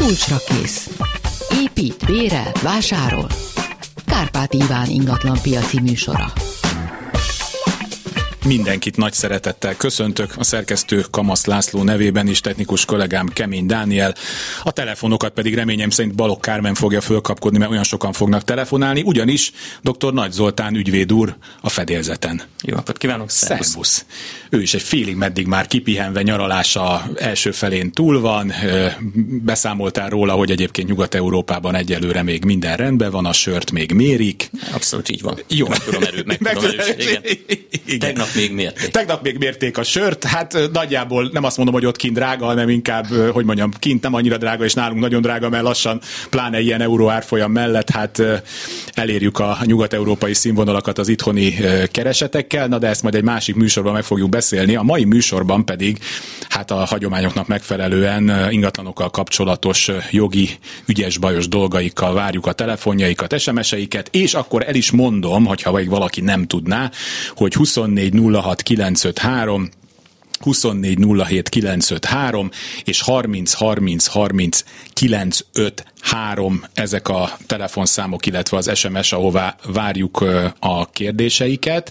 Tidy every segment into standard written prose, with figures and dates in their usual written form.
Kulcsra kész. Épít, bérel, vásárol. Kárpát Iván ingatlan piaci műsora. Mindenkit nagy szeretettel köszöntök, a szerkesztő Kamasz László nevében is, technikus kollégám Kemény Dániel. A telefonokat pedig reményem szerint Balogh Kármen fogja fölkapkodni, mert olyan sokan fognak telefonálni, ugyanis dr. Nagy Zoltán ügyvéd úr a fedélzeten. Jó napot kívánok, szervusz! Ő is egy félig meddig már kipihenve, nyaralása első felén túl van. Beszámoltál róla, hogy egyébként Nyugat-Európában egyelőre még minden rendben van, a sört még mérik. Abszolút így van. Jó. Meg tudom erősíteni. Tegnap még mérték a sört, hát nagyjából nem azt mondom, hogy ott kint drága, hanem inkább, hogy mondjam, kint nem annyira drága, és nálunk nagyon drága, mert lassan, pláne ilyen euró árfolyam mellett, hát elérjük a nyugat-európai színvonalakat az itthoni keresetekkel, na de ezt majd egy másik műsorban meg fogjuk beszélni. A mai műsorban pedig, hát a hagyományoknak megfelelően ingatlanokkal kapcsolatos jogi, ügyes-bajos dolgaikkal várjuk a telefonjaikat, SMS-eiket, és akkor el is mondom, hogyha valaki nem tudná, hogy 24 06 953, 24 07 953 és 30 30 30 953 ezek a telefonszámok, illetve az SMS, ahová várjuk a kérdéseiket.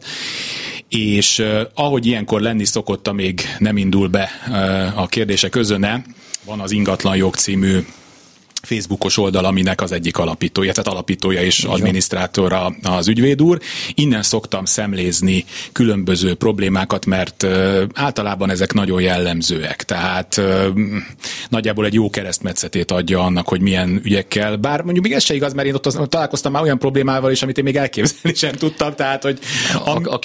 És ahogy ilyenkor lenni szokott, még nem indul be a kérdések özöne, van az Ingatlanjog című Facebookos oldal, aminek az egyik alapítója, tehát alapítója és adminisztrátora az ügyvéd úr. Innen szoktam szemlézni különböző problémákat, mert általában ezek nagyon jellemzőek. Tehát nagyjából egy jó keresztmetszetét adja annak, hogy milyen ügyekkel. Bár mondjuk még ez se igaz, mert én ott találkoztam már olyan problémával is, amit én még elképzelni sem tudtam. Tehát, hogy a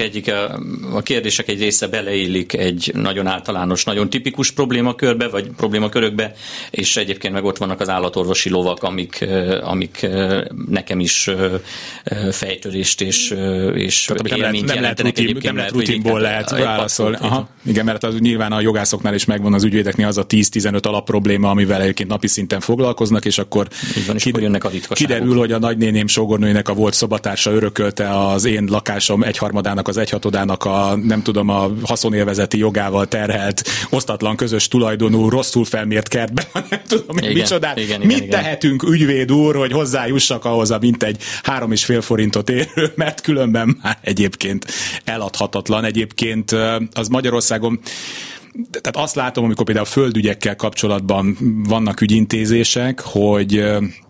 kérdések egy része beleillik egy nagyon általános, nagyon tipikus problémakörbe, vagy problémakörökbe, és egyébként meg ott vannak az állatorvosi lovak, amik nekem is fejtörést és élményt jelentenek. Nem lehet rutinból lehet válaszolni. Igen, mert az nyilván a jogászoknál is megvan, az ügyvédeknél az a 10-15 alapprobléma, amivel egyébként napi szinten foglalkoznak, és akkor jönnek a ritkaságok. Kiderül, hogy a nagynéném sógornőjének a volt szobatársa örökölte az én lakásom 1/3-ának, az 1/6-ának a nem tudom, a haszonélvezeti jogával terhelt, osztatlan közös tulajdonú, rosszul felmért kertben, nem tudom, micsodát. Mit tehetünk, ügyvéd úr, hogy hozzájussak ahhoz a mintegy 3,5 forintot érő, mert különben már egyébként eladhatatlan. Egyébként az Magyarországon, tehát azt látom, amikor például földügyekkel kapcsolatban vannak ügyintézések, hogy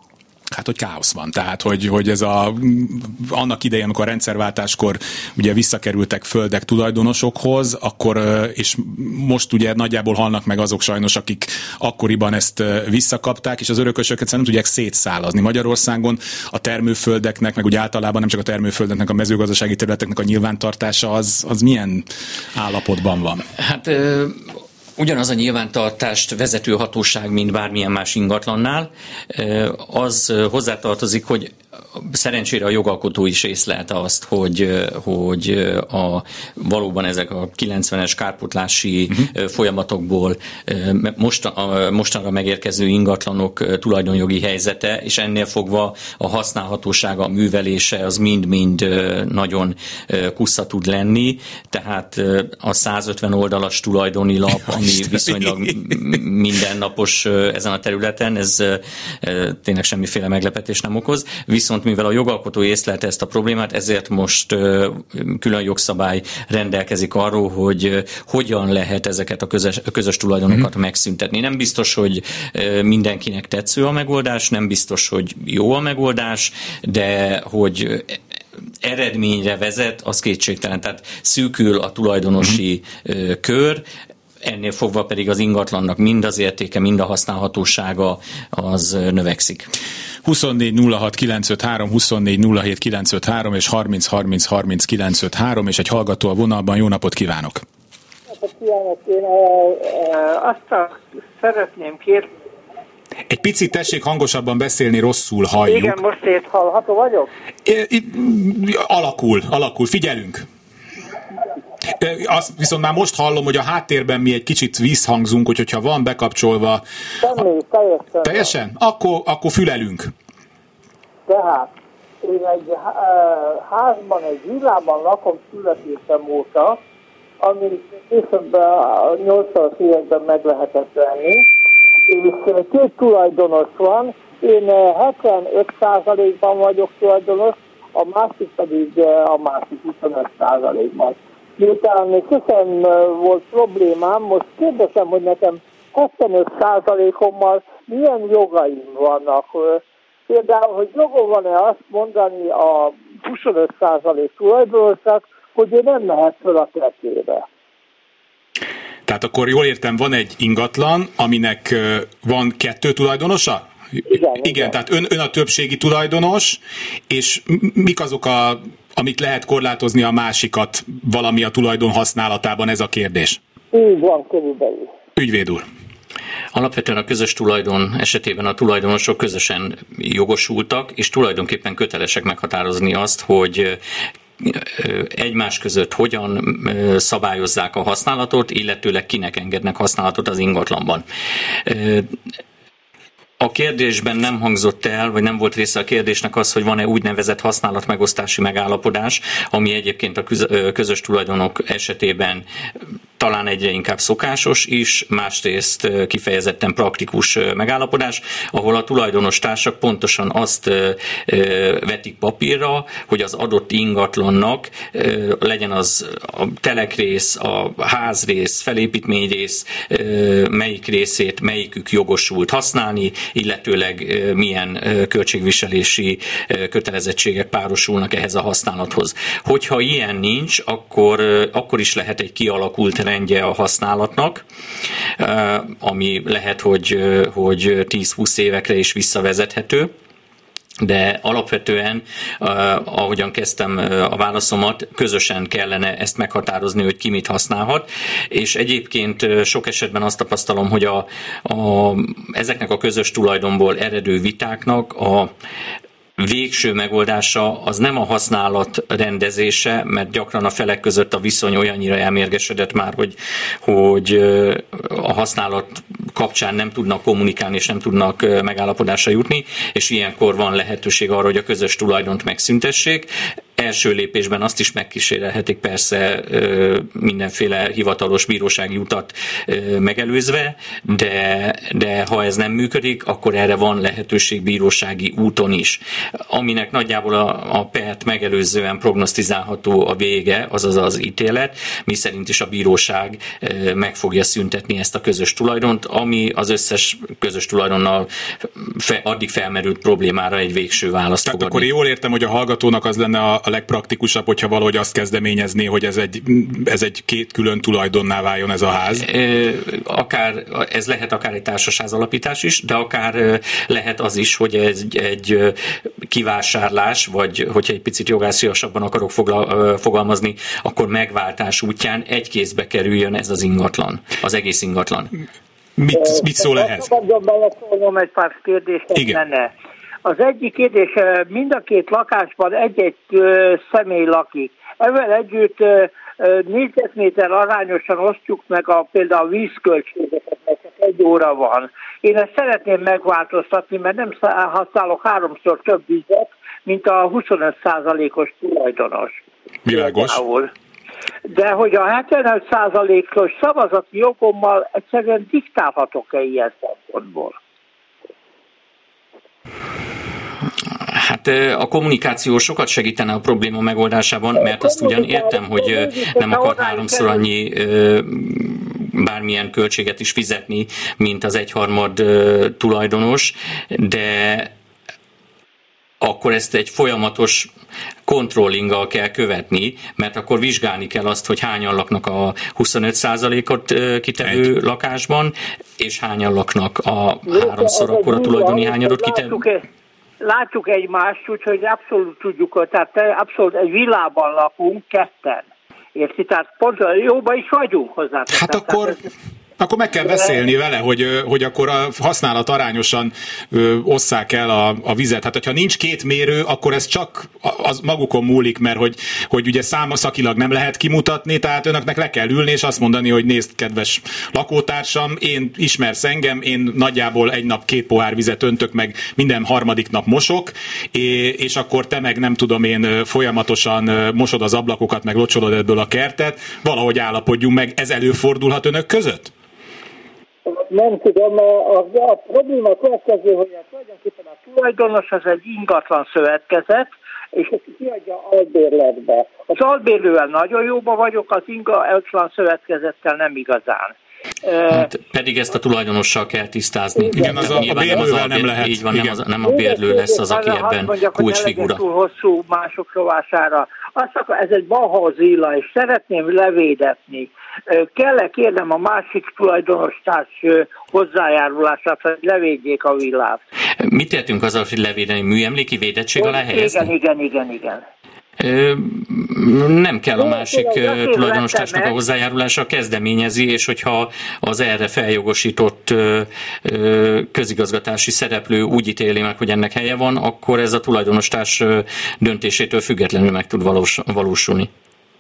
káosz van. Tehát, hogy ez annak idején, amikor a rendszerváltáskor ugye visszakerültek földek tulajdonosokhoz, akkor, és most ugye nagyjából halnak meg azok sajnos, akik akkoriban ezt visszakapták, és az örökösöket nem tudják szétszálazni. Magyarországon a termőföldeknek, meg ugye általában nem csak a termőföldeknek, a mezőgazdasági területeknek a nyilvántartása az milyen állapotban van? Hát ugyanaz a nyilvántartást vezető hatóság, mint bármilyen más ingatlannál, az hozzátartozik, hogy szerencsére a jogalkotó is észlelte azt, hogy valóban ezek a 90-es kárpótlási folyamatokból mostanra megérkező ingatlanok tulajdonjogi helyzete, és ennél fogva a használhatósága, a művelése az mind-mind nagyon kussza tud lenni. Tehát a 150 oldalas tulajdoni lap, ami viszonylag mindennapos ezen a területen, ez tényleg semmiféle meglepetést nem okoz. Viszont mivel a jogalkotó észlelte ezt a problémát, ezért most külön jogszabály rendelkezik arról, hogy hogyan lehet ezeket a közös tulajdonokat megszüntetni. Nem biztos, hogy mindenkinek tetsző a megoldás, nem biztos, hogy jó a megoldás, de hogy eredményre vezet, az kétségtelen. Tehát szűkül a tulajdonosi kör, ennél fogva pedig az ingatlannak mind az értéke, mind a használhatósága az növekszik. 24 06 953, 24 07 953 és 30 30 30 953, és egy hallgató a vonalban. Jó napot kívánok! Napot kívánok! Én azt szeretném kérni. Egy picit tessék hangosabban beszélni, rosszul halljuk. Igen, most hallható vagyok? Alakul, figyelünk. Azt viszont már most hallom, hogy a háttérben mi egy kicsit visszhangzunk, hogyha van bekapcsolva. Teljesen? Akkor fülelünk. Tehát én egy házban, egy villában lakom születésem óta, ami később a 80-as években meg lehetett venni, és két tulajdonos van, én 75%-ban vagyok tulajdonos, a másik pedig a másik 25%-ban. Miután sosem volt problémám, most kérdezem, hogy nekem 75%-ommal milyen jogaim vannak. Például, hogy jogom van-e azt mondani a 25% tulajdonosnak, hogy ő nem mehet fel a tetőre. Tehát akkor jól értem, van egy ingatlan, aminek van 2 tulajdonosa? Igen, tehát ön a többségi tulajdonos, és mik azok, amit lehet korlátozni a másikat valami a tulajdon használatában, ez a kérdés? Így van, körülbelül. Ügyvéd úr. Alapvetően a közös tulajdon esetében a tulajdonosok közösen jogosultak, és tulajdonképpen kötelesek meghatározni azt, hogy egymás között hogyan szabályozzák a használatot, illetőleg kinek engednek használatot az ingatlanban. A kérdésben nem hangzott el, vagy nem volt része a kérdésnek az, hogy van-e úgynevezett használatmegosztási megállapodás, ami egyébként a közös tulajdonok esetében talán egyre inkább szokásos is, másrészt kifejezetten praktikus megállapodás, ahol a tulajdonos társak pontosan azt vetik papírra, hogy az adott ingatlannak legyen az a telekrész, a házrész, felépítményrész, melyik részét melyikük jogosult használni, illetőleg milyen költségviselési kötelezettségek párosulnak ehhez a használathoz. Hogyha ilyen nincs, akkor is lehet egy kialakult rendje a használatnak, ami lehet, hogy 10-20 évekre is visszavezethető. De alapvetően, ahogyan kezdtem a válaszomat, közösen kellene ezt meghatározni, hogy ki mit használhat, és egyébként sok esetben azt tapasztalom, hogy ezeknek a közös tulajdonból eredő vitáknak a végső megoldása az nem a használat rendezése, mert gyakran a felek között a viszony olyannyira elmérgesedett már, hogy a használat kapcsán nem tudnak kommunikálni és nem tudnak megállapodásra jutni, és ilyenkor van lehetőség arra, hogy a közös tulajdont megszüntessék. Első lépésben azt is megkísérelhetik persze mindenféle hivatalos bírósági utat megelőzve, de ha ez nem működik, akkor erre van lehetőség bírósági úton is. Aminek nagyjából a pert megelőzően prognosztizálható a vége, azaz az ítélet, miszerint is a bíróság meg fogja szüntetni ezt a közös tulajdont, ami az összes közös tulajdonnal addig felmerült problémára egy végső választ fog adni. Akkor jól értem, hogy a hallgatónak az lenne a legpraktikusabb, hogyha valahogy azt kezdeményezné, hogy ez egy két külön tulajdonná váljon ez a ház? Ez lehet akár egy társasház alapítás is, de akár lehet az is, hogy egy kivásárlás, vagy hogyha egy picit jogásziasabban akarok fogalmazni, akkor megváltás útján egy kézbe kerüljön ez az ingatlan, az egész ingatlan. Mit szól ehhez? Szabadjon beleszólnom egy pár kérdést lenne. Az egyik kérdés, mind a két lakásban egy-egy személy lakik. Ezzel együtt négyzetméter arányosan osztjuk meg például a vízköltségeket, mert csak 1 óra van. Én ezt szeretném megváltoztatni, mert nem használok 3-szor több vizet, mint a 25%-os tulajdonos. Világos. De hogy a 75%-os szavazati jogommal egyszerűen diktálhatok-e ilyen szempontból? Hát a kommunikáció sokat segítene a probléma megoldásában, mert azt ugyan értem, hogy nem akar 3-szor annyi bármilyen költséget is fizetni, mint az 1/3 tulajdonos, de akkor ezt egy folyamatos controllinggal kell követni, mert akkor vizsgálni kell azt, hogy hányan laknak a 25%-ot kitevő lakásban, és hányan laknak a 3-szor akkora tulajdoni hányadot kitevő. Látjuk egymást, úgyhogy abszolút tudjuk, tehát abszolút egy villában lakunk ketten. Érti? Tehát pont jóban is vagyunk hozzá. Hát akkor meg kell beszélni vele, hogy akkor a használat arányosan osszák el a vizet. Hát, hogyha nincs 2 mérő, akkor ez csak az magukon múlik, mert hogy ugye szakilag nem lehet kimutatni, tehát önöknek le kell ülni, és azt mondani, hogy nézd, kedves lakótársam, én ismersz engem, én nagyjából egy nap 2 pohár vizet öntök meg, minden harmadik nap mosok, és akkor te meg nem tudom én folyamatosan mosod az ablakokat, meg locsolod ebből a kertet, valahogy állapodjunk meg, ez előfordulhat önök között? Nem tudom, a probléma következő, hogy tulajdonképpen a tulajdonos az egy ingatlan szövetkezet, és ezt kiadja albérletbe. Az albérlővel nagyon jóban vagyok, az ingatlan szövetkezettel nem igazán. Hát pedig ezt a tulajdonossal kell tisztázni. Igen, az a bérlővel nem lehet. Így van, nem a bérlő lesz az, aki ebben kulcsfigura. Túl hosszú mások rovására. Ez egy Bauhaus villa, és szeretném levédetni. Kell-e kérnem a másik tulajdonos társ hozzájárulását, hogy levédjék a villát? Mit értünk azzal, hogy levédeni? Műemléki védettség alá helyezni? Igen. Nem kell a másik tulajdonostársnak a hozzájárulása, kezdeményezi, és hogyha az erre feljogosított közigazgatási szereplő úgy ítéli meg, hogy ennek helye van, akkor ez a tulajdonostárs döntésétől függetlenül meg tud valósulni.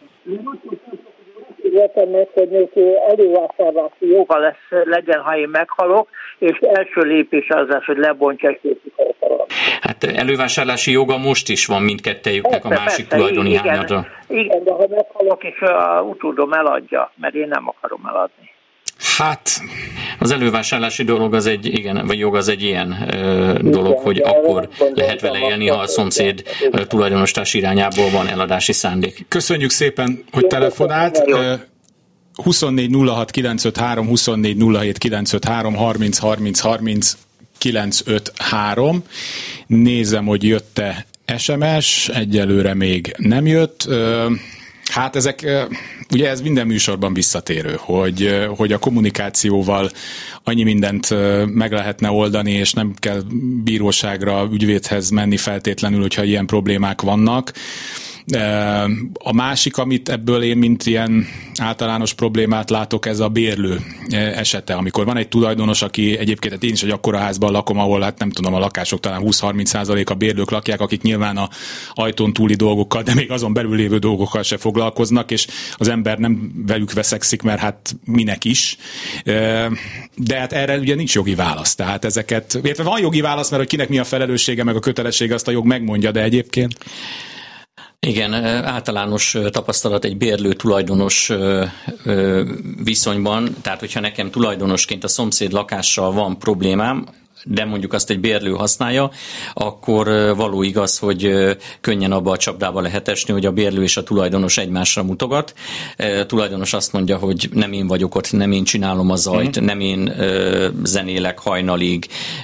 Értem meg, hogy elővásárlási joga legyen, ha én meghalok, és első lépés az lesz, hogy lebontja és Hát elővásárlási joga most is van mindkettejüknek a másik tulajdoni ányadra. Igen, de ha meghalok, és a utódom eladja, mert én nem akarom eladni. Hát az elővásárlási dolog az egy, igen, vagy jog az egy ilyen dolog, hogy akkor lehet vele élni, ha a szomszéd tulajdonostárs irányából van eladási szándék. Köszönjük szépen, hogy telefonált. 24 06 953, 24 07 953, 30 30 30 953. Nézem, hogy jött-e SMS, egyelőre még nem jött. Hát ezek, ugye ez minden műsorban visszatérő, hogy a kommunikációval annyi mindent meg lehetne oldani, és nem kell bíróságra, ügyvédhez menni feltétlenül, hogyha ilyen problémák vannak. A másik, amit ebből én mint ilyen általános problémát látok, ez a bérlő esete, amikor van egy tulajdonos, aki egyébként, hát én is egy akkora házban lakom, ahol hát nem tudom, a lakások talán 20-30% a bérlők lakják, akik nyilván a ajtón túli dolgokkal, de még azon belül lévő dolgokkal se foglalkoznak, és az ember nem velük veszekszik, mert hát minek is. De hát erre ugye nincs jogi válasz, tehát ezeket, illetve van jogi válasz, mert hogy kinek mi a felelőssége, meg a kötelessége, azt a jog megmondja, de egyébként igen, általános tapasztalat egy bérlő-tulajdonos viszonyban, tehát hogyha nekem tulajdonosként a szomszéd lakással van problémám, de mondjuk azt egy bérlő használja, akkor való igaz, hogy könnyen abba a csapdába lehet esni, hogy a bérlő és a tulajdonos egymásra mutogat. A tulajdonos azt mondja, hogy nem én vagyok ott, nem én csinálom a zajt, nem én zenélek hajnalig,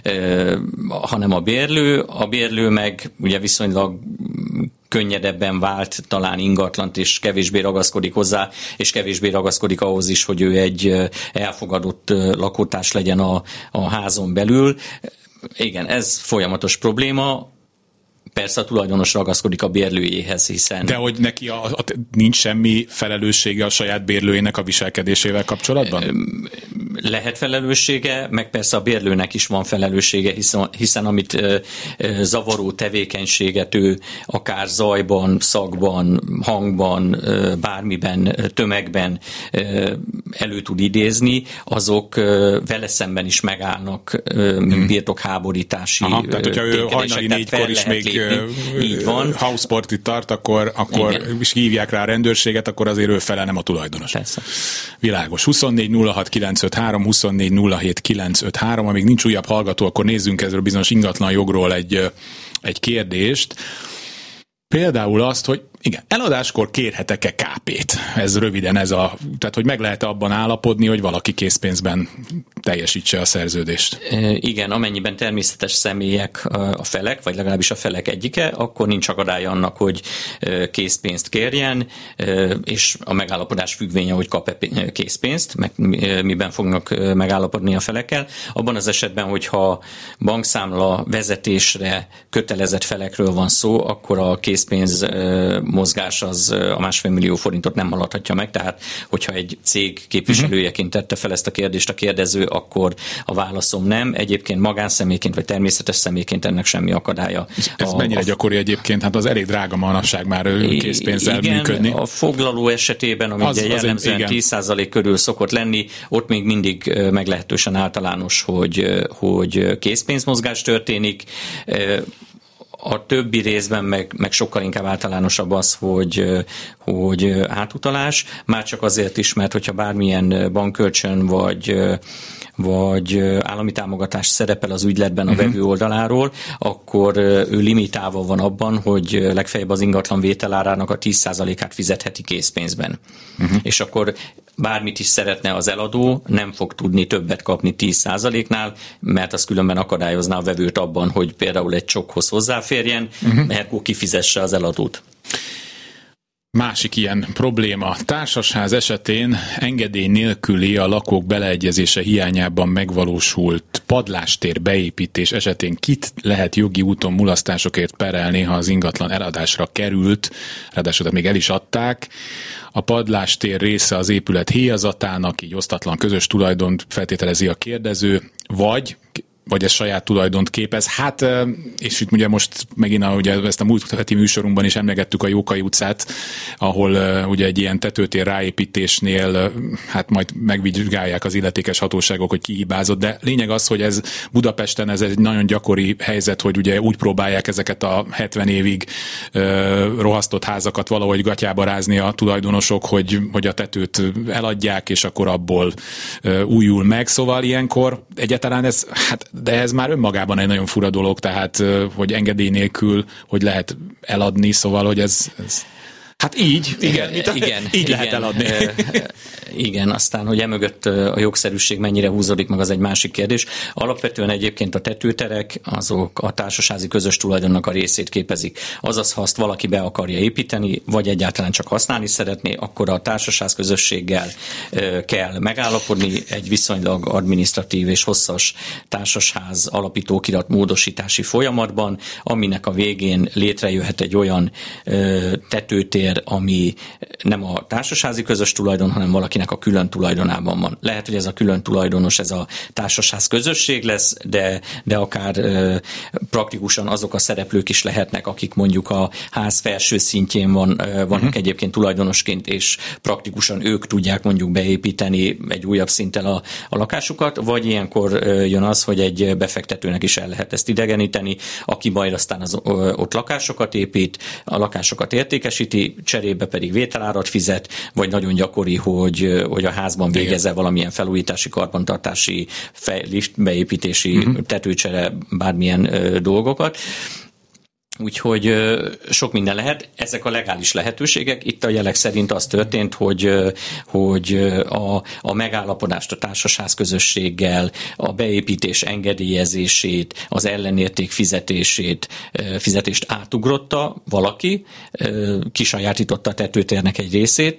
hanem a bérlő. A bérlő meg ugye viszonylag könnyedebben vált talán ingatlant, és kevésbé ragaszkodik hozzá, és kevésbé ragaszkodik ahhoz is, hogy ő egy elfogadott lakótárs legyen a házon belül. Igen, ez folyamatos probléma. Persze a tulajdonos ragaszkodik a bérlőjéhez, hiszen... De hogy neki nincs semmi felelőssége a saját bérlőjének a viselkedésével kapcsolatban? Lehet felelőssége, meg persze a bérlőnek is van felelőssége, hiszen amit zavaró tevékenységet ő akár zajban, szagban, hangban, bármiben, tömegben elő tud idézni, azok vele szemben is megállnak birtokháborítási tehát, hogyha ő hajnali 4-kor is még így van. House party tart, akkor is hívják rá a rendőrséget, akkor azért ő fele, nem a tulajdonos. Persze. Világos. 24 06 953, 24 07 953, amíg nincs újabb hallgató, akkor nézzünk ezzel bizonyos ingatlan jogról egy kérdést. Például azt, hogy igen, eladáskor kérhetek-e KP-t? Ez röviden tehát hogy meg lehet abban állapodni, hogy valaki készpénzben teljesítse a szerződést. Igen, amennyiben természetes személyek a felek, vagy legalábbis a felek egyike, akkor nincs akadálya annak, hogy készpénzt kérjen, és a megállapodás függvénye, hogy kap-e készpénzt, meg miben fognak megállapodni a felekkel. Abban az esetben, hogyha bankszámla vezetésre kötelezett felekről van szó, akkor a készpénz mozgás az a 1,5 millió forintot nem haladhatja meg, tehát hogyha egy cég képviselőjeként tette fel ezt a kérdést a kérdező, akkor a válaszom nem. Egyébként magánszemélyként vagy természetes személyként ennek semmi akadálya. Ez mennyire gyakori egyébként? Hát az elég drága manapság már készpénzzel működni. A foglaló esetében, ami ugye jellemzően 10% körül szokott lenni, ott még mindig meglehetősen általános, hogy készpénzmozgás történik. A többi részben meg sokkal inkább általánosabb az, hogy átutalás, már csak azért is, mert hogyha bármilyen bankkölcsön vagy állami támogatás szerepel az ügyletben a vevő oldaláról, akkor ő limitálva van abban, hogy legfeljebb az ingatlan vételárának a 10%-át fizetheti készpénzben. És akkor bármit is szeretne az eladó, nem fog tudni többet kapni 10%-nál, mert az különben akadályozná a vevőt abban, hogy például egy csokkhoz hozzáférjen, mert akkor kifizesse az eladót. Másik ilyen probléma. Társasház esetén engedély nélküli, a lakók beleegyezése hiányában megvalósult padlástér beépítés esetén kit lehet jogi úton mulasztásokért perelni, ha az ingatlan eladásra került, ráadásul még el is adták. A padlástér része az épület héjazatának, így osztatlan közös tulajdont feltételezi a kérdező, vagy ez saját tulajdont képez. Hát, és itt ugye most megint ugye ezt a múlt heti műsorunkban is emlegettük a Jókai utcát, ahol ugye egy ilyen tetőtér ráépítésnél hát majd megvizsgálják az illetékes hatóságok, hogy ki hibázott, de lényeg az, hogy ez Budapesten ez egy nagyon gyakori helyzet, hogy ugye úgy próbálják ezeket a 70 évig rohasztott házakat valahogy gatyába rázni a tulajdonosok, hogy a tetőt eladják, és akkor abból újul meg. Szóval ilyenkor egyáltalán ez, hát de ez már önmagában egy nagyon fura dolog, tehát hogy engedély nélkül, hogy lehet eladni, szóval, hogy ez hát így, így lehet eladni. Igen, aztán, hogy emögött a jogszerűség mennyire húzódik meg, az egy másik kérdés. Alapvetően egyébként a tetőterek, azok a társasházi közös tulajdonnak a részét képezik. Azaz, ha azt valaki be akarja építeni, vagy egyáltalán csak használni szeretné, akkor a társasház közösséggel kell megállapodni egy viszonylag adminisztratív és hosszas társasház alapítókirat módosítási folyamatban, aminek a végén létrejöhet egy olyan tetőtér, ami nem a társasházi közös tulajdon, hanem valakinek a külön tulajdonában van. Lehet, hogy ez a külön tulajdonos, ez a társasház közösség lesz, de akár praktikusan azok a szereplők is lehetnek, akik mondjuk a ház felső szintjén vannak egyébként tulajdonosként, és praktikusan ők tudják mondjuk beépíteni egy újabb szinten a lakásukat, vagy ilyenkor jön az, hogy egy befektetőnek is el lehet ezt idegeníteni, aki majd aztán ott lakásokat épít, a lakásokat értékesíti, cserébe pedig vételárat fizet, vagy nagyon gyakori, hogy a házban végezze valamilyen felújítási, karbantartási, beépítési, tetőcsere, bármilyen dolgokat. Úgyhogy sok minden lehet. Ezek a legális lehetőségek. Itt a jelek szerint az történt, hogy a megállapodást a társasház közösséggel, a beépítés engedélyezését, az ellenérték fizetést átugrotta valaki, kisajátította a tetőtérnek egy részét,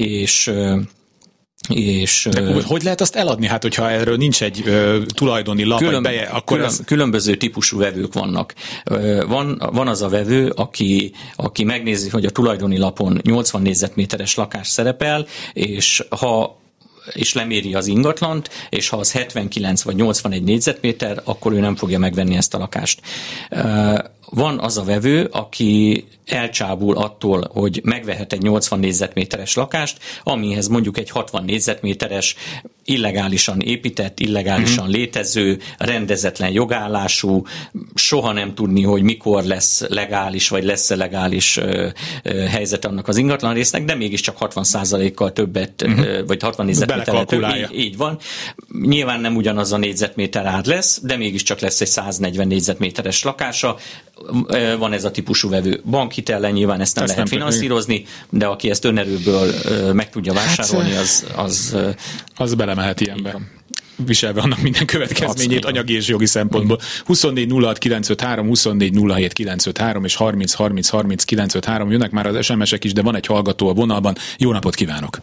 de hogy lehet azt eladni? Hát, hogyha erről nincs egy tulajdoni lap, akkor különböző típusú vevők vannak. Van az a vevő, aki megnézi, hogy a tulajdoni lapon 80 négyzetméteres lakás szerepel, és leméri az ingatlant, és ha az 79 vagy 81 négyzetméter, akkor ő nem fogja megvenni ezt a lakást. Van az a vevő, aki elcsábul attól, hogy megvehet egy 80 négyzetméteres lakást, amihez mondjuk egy 60 négyzetméteres illegálisan épített, illegálisan létező, rendezetlen jogállású, soha nem tudni, hogy mikor lesz legális, vagy lesz-e legális helyzet annak az ingatlan résznek, de mégiscsak 60%-kal többet, vagy 60 négyzetméterrel több, így van. Nyilván nem ugyanaz a négyzetméter ár lesz, de mégiscsak lesz egy 140 négyzetméteres lakása. Van ez a típusú vevő. Bankhitellel nyilván ezt nem lehet finanszírozni, de aki ezt önerőből meg tudja vásárolni, az belemehet ilyenbe. Viselve annak minden következményét anyagi és jogi szempontból. 24 06 953, 24 07 953 és 30 30 30 953. Jönnek már az SMS-ek is, de van egy hallgató a vonalban. Jó napot kívánok!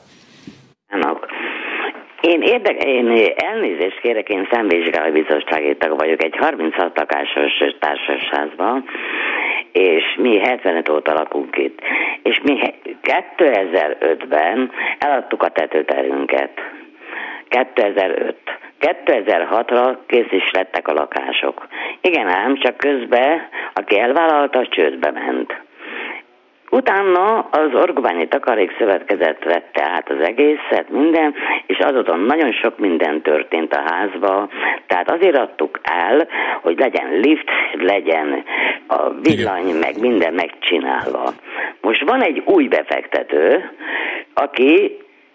Én elnézést kérek, én szemvizsgálói bizottsági tag vagyok egy 36 lakásos társasházban, és mi 75 óta lakunk itt. És mi 2005-ben eladtuk a tetőterünket. 2005. 2006-ra kész is lettek a lakások. Igen ám, csak közben, aki elvállalta, csődbe ment. Utána az Orgobányi Takarékszövetkezet vette át az egészet, minden, és azóta nagyon sok minden történt a házba, tehát azért adtuk el, hogy legyen lift, legyen a villany, meg minden megcsinálva. Most van egy új befektető, aki,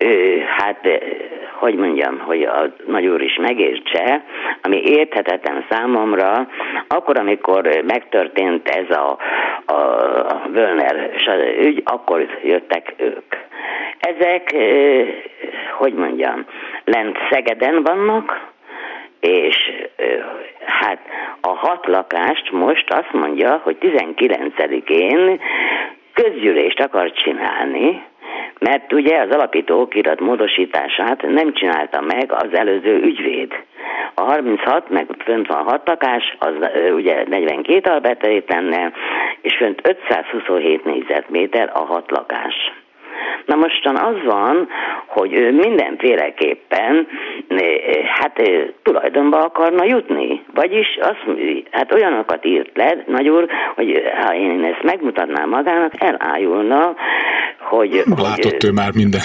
hogy mondjam, hogy a nagyúr is megértse, ami érthetetlen számomra, akkor, amikor megtörtént ez a Völner ügy, akkor jöttek ők. Ezek, hogy mondjam, lent Szegeden vannak, és hát a 6 lakást most azt mondja, hogy 19-én közgyűlést akar csinálni, mert ugye az alapító okirat módosítását nem csinálta meg az előző ügyvéd. A 36, meg fönt van 6 lakás, az ugye 42 albertelét lenne, és fönt 527 négyzetméter a 6 lakás. Na mostan az van, hogy ő mindenféleképpen tulajdonba akarna jutni. Vagyis olyanokat írt le, nagyúr, hogy ha én ezt megmutatnám magának, elájulna, hogy... Látott ő már minden.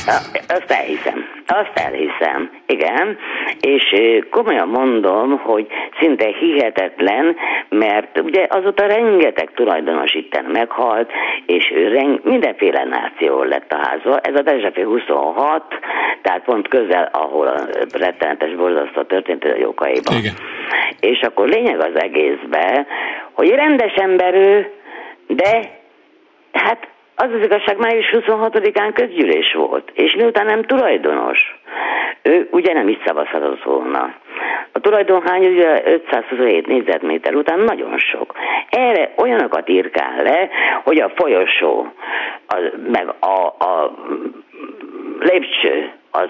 Azt elhiszem, igen, és komolyan mondom, hogy szinte hihetetlen, mert ugye azóta rengeteg tulajdonos itten meghalt, és mindenféle náció lett a házba. Ez a Dezsefé 26, tehát pont közel, ahol a rettenetes borzasztó történt a Jókaiban. Igen. És akkor lényeg az egészben, hogy rendes ember ő, de hát az igazság, május 26-án közgyűlés volt, és miután nem tulajdonos, ő ugye nem is szavazhatott volna. A tulajdonhány ugye 527 négyzetméter után nagyon sok. Erre olyanokat írkál le, hogy a folyosó, meg a lépcső, az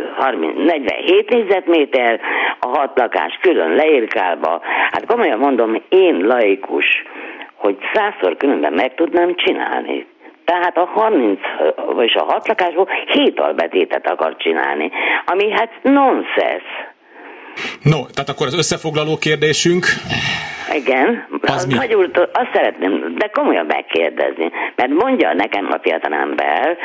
47 négyzetméter, a 6 lakás külön leírkálva. Hát komolyan mondom, én laikus, hogy 100-szor különben meg tudnám csinálni. Tehát a 30, vagyis a 6 lakásból 7 albetétet akar csinálni, ami hát nonsens. No, tehát akkor az összefoglaló kérdésünk... Igen, nagy úrtól azt szeretném, de komolyan megkérdezni, mert mondja nekem a fiatalember,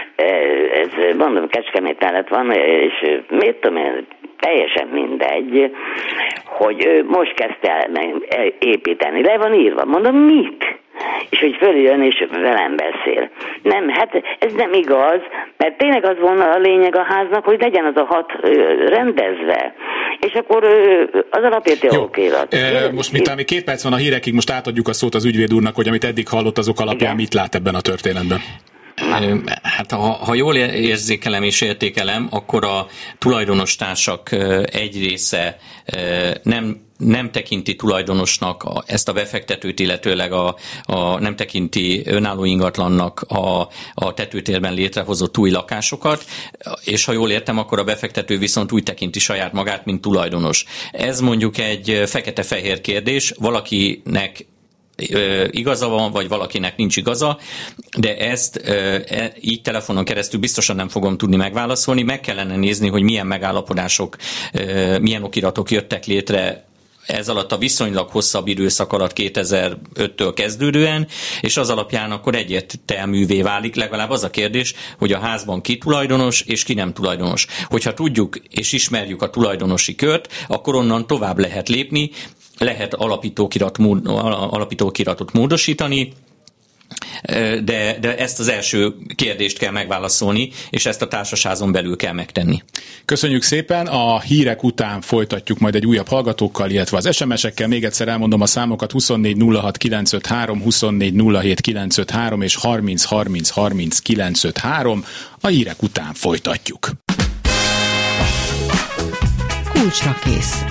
ez mondom Kecskemét mellett van, és mit tudom én, teljesen mindegy, hogy ő most kezdte el építeni, le van írva, mondom mit? És hogy följön és velem beszél. Nem, hát ez nem igaz, mert tényleg az volna a lényeg a háznak, hogy legyen az a 6 rendezve. És akkor az alapértő okirat. Most miután még 2 perc van a hírekig, most átadjuk a szót az ügyvéd úrnak, hogy amit eddig hallott, azok alapján igen. Mit lát ebben a történetben? Hát ha jól érzékelem és értékelem, akkor a tulajdonostársak egy része nem tekinti tulajdonosnak ezt a befektetőt, illetőleg nem tekinti önálló ingatlannak a tetőtérben létrehozott új lakásokat, és ha jól értem, akkor a befektető viszont úgy tekinti saját magát, mint tulajdonos. Ez mondjuk egy fekete-fehér kérdés, valakinek igaza van, vagy valakinek nincs igaza, de ezt így telefonon keresztül biztosan nem fogom tudni megválaszolni. Meg kellene nézni, hogy milyen megállapodások, milyen okiratok jöttek létre ez alatt a viszonylag hosszabb időszak alatt 2005-től kezdődően, és az alapján akkor egyértelművé válik legalább az a kérdés, hogy a házban ki tulajdonos és ki nem tulajdonos. Hogyha tudjuk és ismerjük a tulajdonosi kört, akkor onnan tovább lehet lépni, lehet alapítókiratot módosítani, de ezt az első kérdést kell megválaszolni, és ezt a társaságon belül kell megtenni. Köszönjük szépen, a hírek után folytatjuk majd egy újabb hallgatókkal, illetve az SMS-ekkel. Még egyszer elmondom a számokat: 24 06 953, 24 07 953 és 30 30 30 953. A hírek után folytatjuk. Kulcsra kész.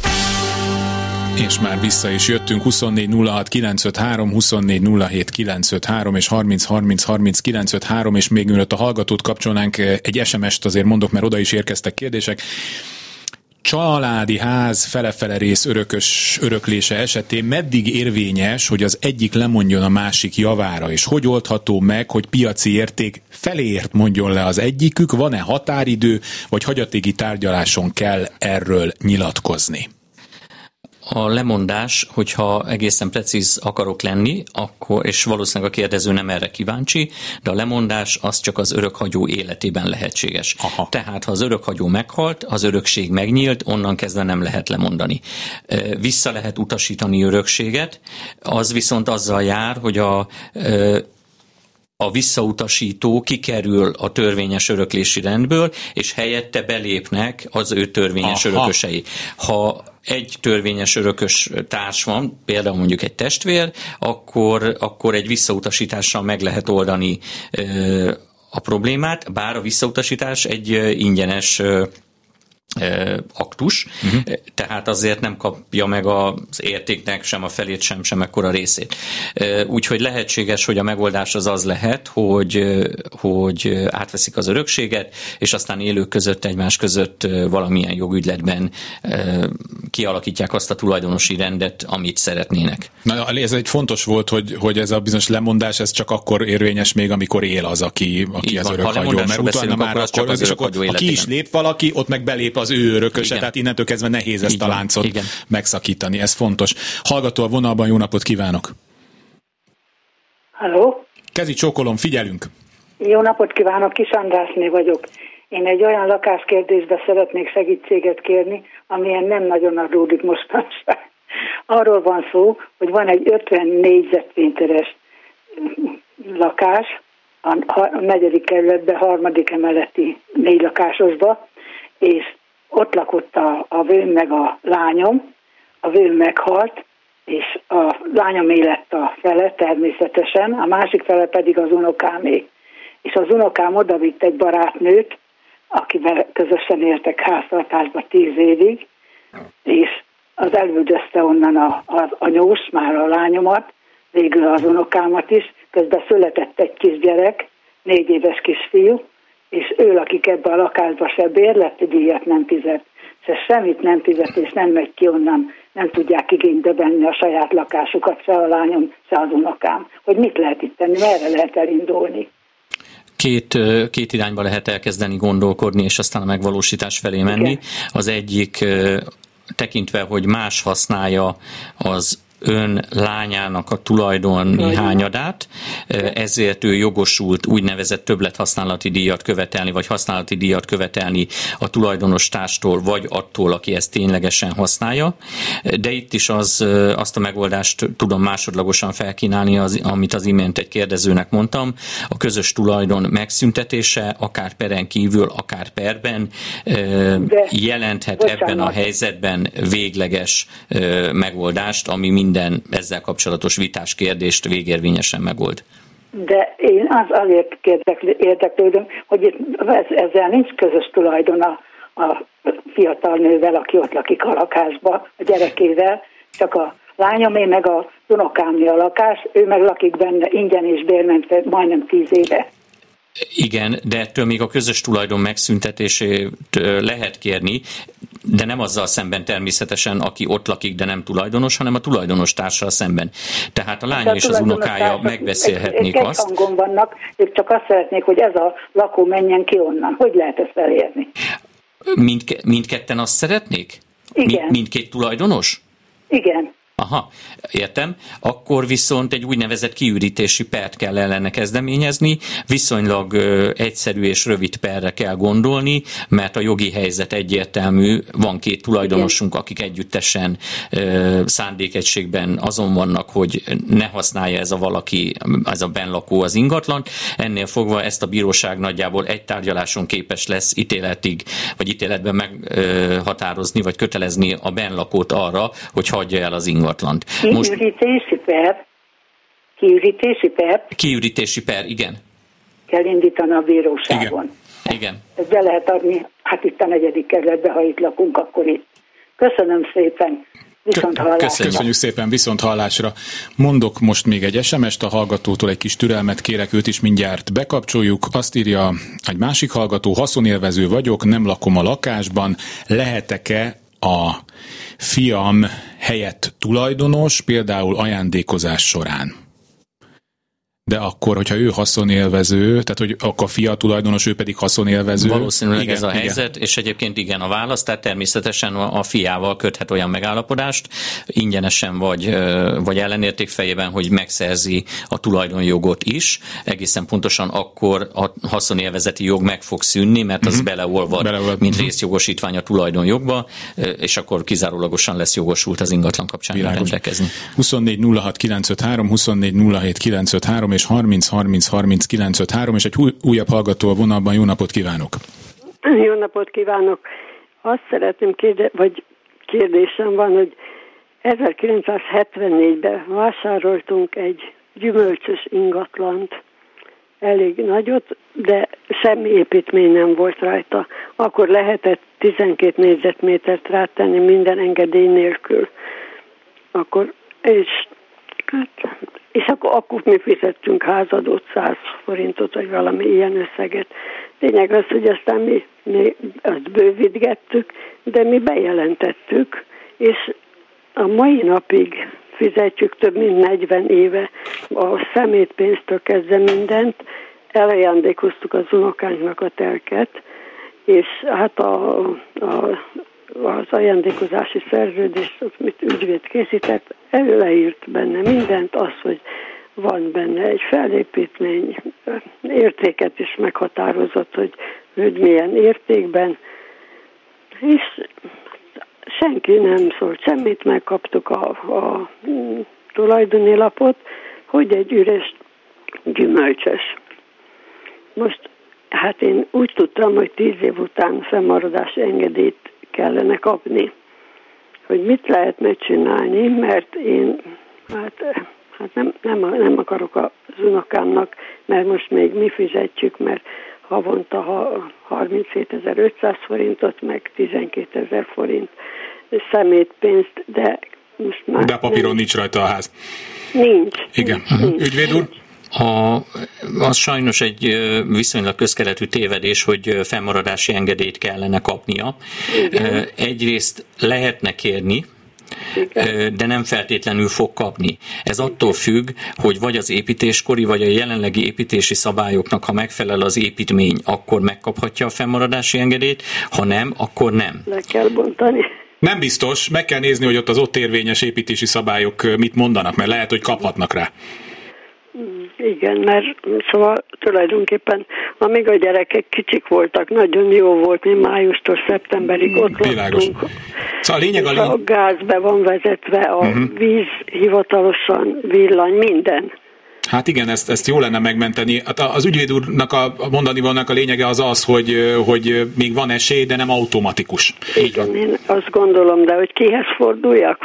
És már vissza is jöttünk. 24 06 953, 24 07 953 és 30 30 30 953, és még mielőtt a hallgatót kapcsolnánk, egy SMS-t azért mondok, mert oda is érkeztek kérdések. Családi ház fele-fele rész öröklése esetén meddig érvényes, hogy az egyik lemondjon a másik javára, és hogy oldható meg, hogy piaci érték feléért mondjon le az egyikük, van-e határidő, vagy hagyatéki tárgyaláson kell erről nyilatkozni? A lemondás, hogyha egészen precíz akarok lenni, akkor, és valószínűleg a kérdező nem erre kíváncsi, de a lemondás az csak az örökhagyó életében lehetséges. Aha. Tehát, ha az örökhagyó meghalt, az örökség megnyílt, onnan kezdve nem lehet lemondani. Vissza lehet utasítani örökséget, az viszont azzal jár, hogy a visszautasító kikerül a törvényes öröklési rendből, és helyette belépnek az ő törvényes örökösei. Ha egy törvényes örökös társ van, például mondjuk egy testvér, akkor egy visszautasítással meg lehet oldani a problémát, bár a visszautasítás egy ingyenes aktus, tehát azért nem kapja meg az értéknek sem a felét, sem ekkora részét. Úgyhogy lehetséges, hogy a megoldás az lehet, hogy átveszik az örökséget, és aztán élők között, egymás között valamilyen jogügyletben kialakítják azt a tulajdonosi rendet, amit szeretnének. Na, ez egy fontos volt, hogy ez a bizonyos lemondás, ez csak akkor érvényes még, amikor él az, aki az örökhagyó, mert utána már akkor, és akkor ha ki is lép valaki, ott meg belép az ő örököse, tehát innentől kezdve nehéz ezt a láncot megszakítani, ez fontos. Hallgató a vonalban, jó napot kívánok! Halló? Kezi csókolom, figyelünk! Jó napot kívánok, Kis Andrásné vagyok. Én egy olyan lakáskérdésbe szeretnék segítséget kérni, amilyen nem nagyon adódik mostanság. Arról van szó, hogy van egy 50 négyzetméteres lakás a 4. kerületben, 3. emeleti 4 lakásosba, és ott lakott a vőm meg a lányom, a vőm meghalt, és a lányom lett a fele természetesen, a másik fele pedig az unokámé. És az unokám odavitt egy barátnőt, akivel közösen éltek háztartásba 10 évig, és az elüldözte onnan a nyús, már a lányomat, végül az unokámat is, közben született egy kisgyerek, 4 éves kisfiú, és ő lakik ebbe a lakásba, se bérleti díjat nem fizet, se semmit nem fizet, és nem megy ki onnan, nem tudják igénybe venni a saját lakásukat, se a lányom, se az unokám. Hogy mit lehet itt tenni, merre lehet elindulni? Két irányba lehet elkezdeni gondolkodni, és aztán a megvalósítás felé menni. Okay. Az egyik tekintve, hogy más használja az ön lányának a tulajdoni hányadát, ezért ő jogosult úgynevezett többlethatásználati díjat követelni, vagy használati díjat követelni a tulajdonos társtól, vagy attól, aki ezt ténylegesen használja. De itt is azt a megoldást tudom másodlagosan felkínálni, amit az imént egy kérdezőnek mondtam, a közös tulajdon megszüntetése, akár peren kívül, akár perben jelenthet ebben a helyzetben végleges megoldást, ami minden ezzel kapcsolatos vitás kérdést végérvényesen megold. De én azért érdeklődöm, hogy ezzel nincs közös tulajdon a fiatal nővel, aki ott lakik a lakásba, a gyerekével, csak a lányomé meg a unokámé a lakás, ő meg lakik benne ingyen és bérmentve majdnem 10 éve. Igen, de ettől még a közös tulajdon megszüntetését lehet kérni, de nem azzal szemben természetesen, aki ott lakik, de nem tulajdonos, hanem a tulajdonos társal szemben. Tehát a lánya és az unokája megbeszélhetnék azt. Hangon vannak, ők csak azt szeretnék, hogy ez a lakó menjen ki onnan. Hogy lehet ezt elérni? Mindketten azt szeretnék? Igen. Mindkét tulajdonos? Igen. Aha, értem. Akkor viszont egy úgynevezett kiürítési pert kell ellene kezdeményezni, viszonylag egyszerű és rövid perre kell gondolni, mert a jogi helyzet egyértelmű, van 2 tulajdonosunk, akik együttesen szándékegységben azon vannak, hogy ne használja ez a valaki, ez a benlakó az ingatlant. Ennél fogva ezt a bíróság nagyjából egy tárgyaláson képes lesz ítéletben meghatározni, vagy kötelezni a benlakót arra, hogy hagyja el az ingatlant. Kiürítési per, igen. Kell indítani a bíróságon. Igen. Ezt be lehet adni, hát itt a 4. kerületben, ha itt lakunk, akkor itt. Köszönöm szépen. Köszönjük szépen, viszont hallásra. Mondok most még egy SMS-t a hallgatótól, egy kis türelmet kérek, őt is mindjárt bekapcsoljuk. Azt írja egy másik hallgató, haszonélvező vagyok, nem lakom a lakásban, lehetek-e a fiam helyett tulajdonos, például ajándékozás során? De akkor, hogyha ő haszonélvező, tehát hogy akkor a fia tulajdonos, ő pedig haszonélvező. Valószínűleg igen, ez a helyzet, és egyébként igen a válasz, tehát természetesen a fiával köthet olyan megállapodást, ingyenesen vagy ellenérték fejében, hogy megszerzi a tulajdonjogot is. Egészen pontosan akkor a haszonélvezeti jog meg fog szűnni, mert az beleolvad, mint részjogosítvány a tulajdonjogba, és akkor kizárólagosan lesz jogosult az ingatlan kapcsán rendelkezni. 24 06 953, 24 07 953, és 30 30 30 953, és egy újabb hallgató a vonalban. Jó napot kívánok! Jó napot kívánok! Azt szeretném kérdésem van, hogy 1974-ben vásároltunk egy gyümölcsös ingatlant, elég nagyot, de semmi építmény nem volt rajta. Akkor lehetett 12 négyzetmétert rátenni minden engedély nélkül. És akkor mi fizettünk házadót, 100 forintot, vagy valami ilyen összeget. Lényeg az, hogy aztán mi azt bővítgettük, de mi bejelentettük, és a mai napig fizetjük több mint 40 éve a szemétpénztől kezdve mindent, elajándékoztuk az unokánknak a telket, és hát az ajándékozási szerződés, amit ügyvéd készített, leírt benne mindent, az, hogy van benne egy felépítmény, értéket is meghatározott, hogy milyen értékben, és senki nem szólt semmit, megkaptuk a tulajdoni lapot, hogy egy üres gyümölcsös. Most hát én úgy tudtam, hogy 10 év után fennmaradási engedélyt kellene kapni. Hogy mit lehetne csinálni, mert én hát nem akarok az unokámnak, mert most még mi fizetjük, mert havonta 37.500 forintot, meg 12.000 forint szemétpénzt, de most már... De a papíron nincs rajta a ház. Nincs. Igen. Ügyvéd úr? Az sajnos egy viszonylag közkeletű tévedés, hogy fennmaradási engedélyt kellene kapnia. Igen. Egyrészt lehetne kérni, de nem feltétlenül fog kapni. Ez attól függ, hogy vagy az építéskori, vagy a jelenlegi építési szabályoknak, ha megfelel az építmény, akkor megkaphatja a fennmaradási engedélyt, ha nem, akkor nem. Le kell bontani. Nem biztos, meg kell nézni, hogy ott érvényes építési szabályok mit mondanak, mert lehet, hogy kaphatnak rá. Igen, mert szóval tulajdonképpen amíg a gyerekek kicsik voltak, nagyon jó volt, mi májustól szeptemberig ott laktunk. Szóval a gáz be van vezetve, a víz hivatalosan, villany, minden. Hát igen, ezt jó lenne megmenteni. Hát az ügyvéd úrnak a mondani vannak a lényege az, hogy még van esély, de nem automatikus. Igen, én azt gondolom, de hogy kihez forduljak?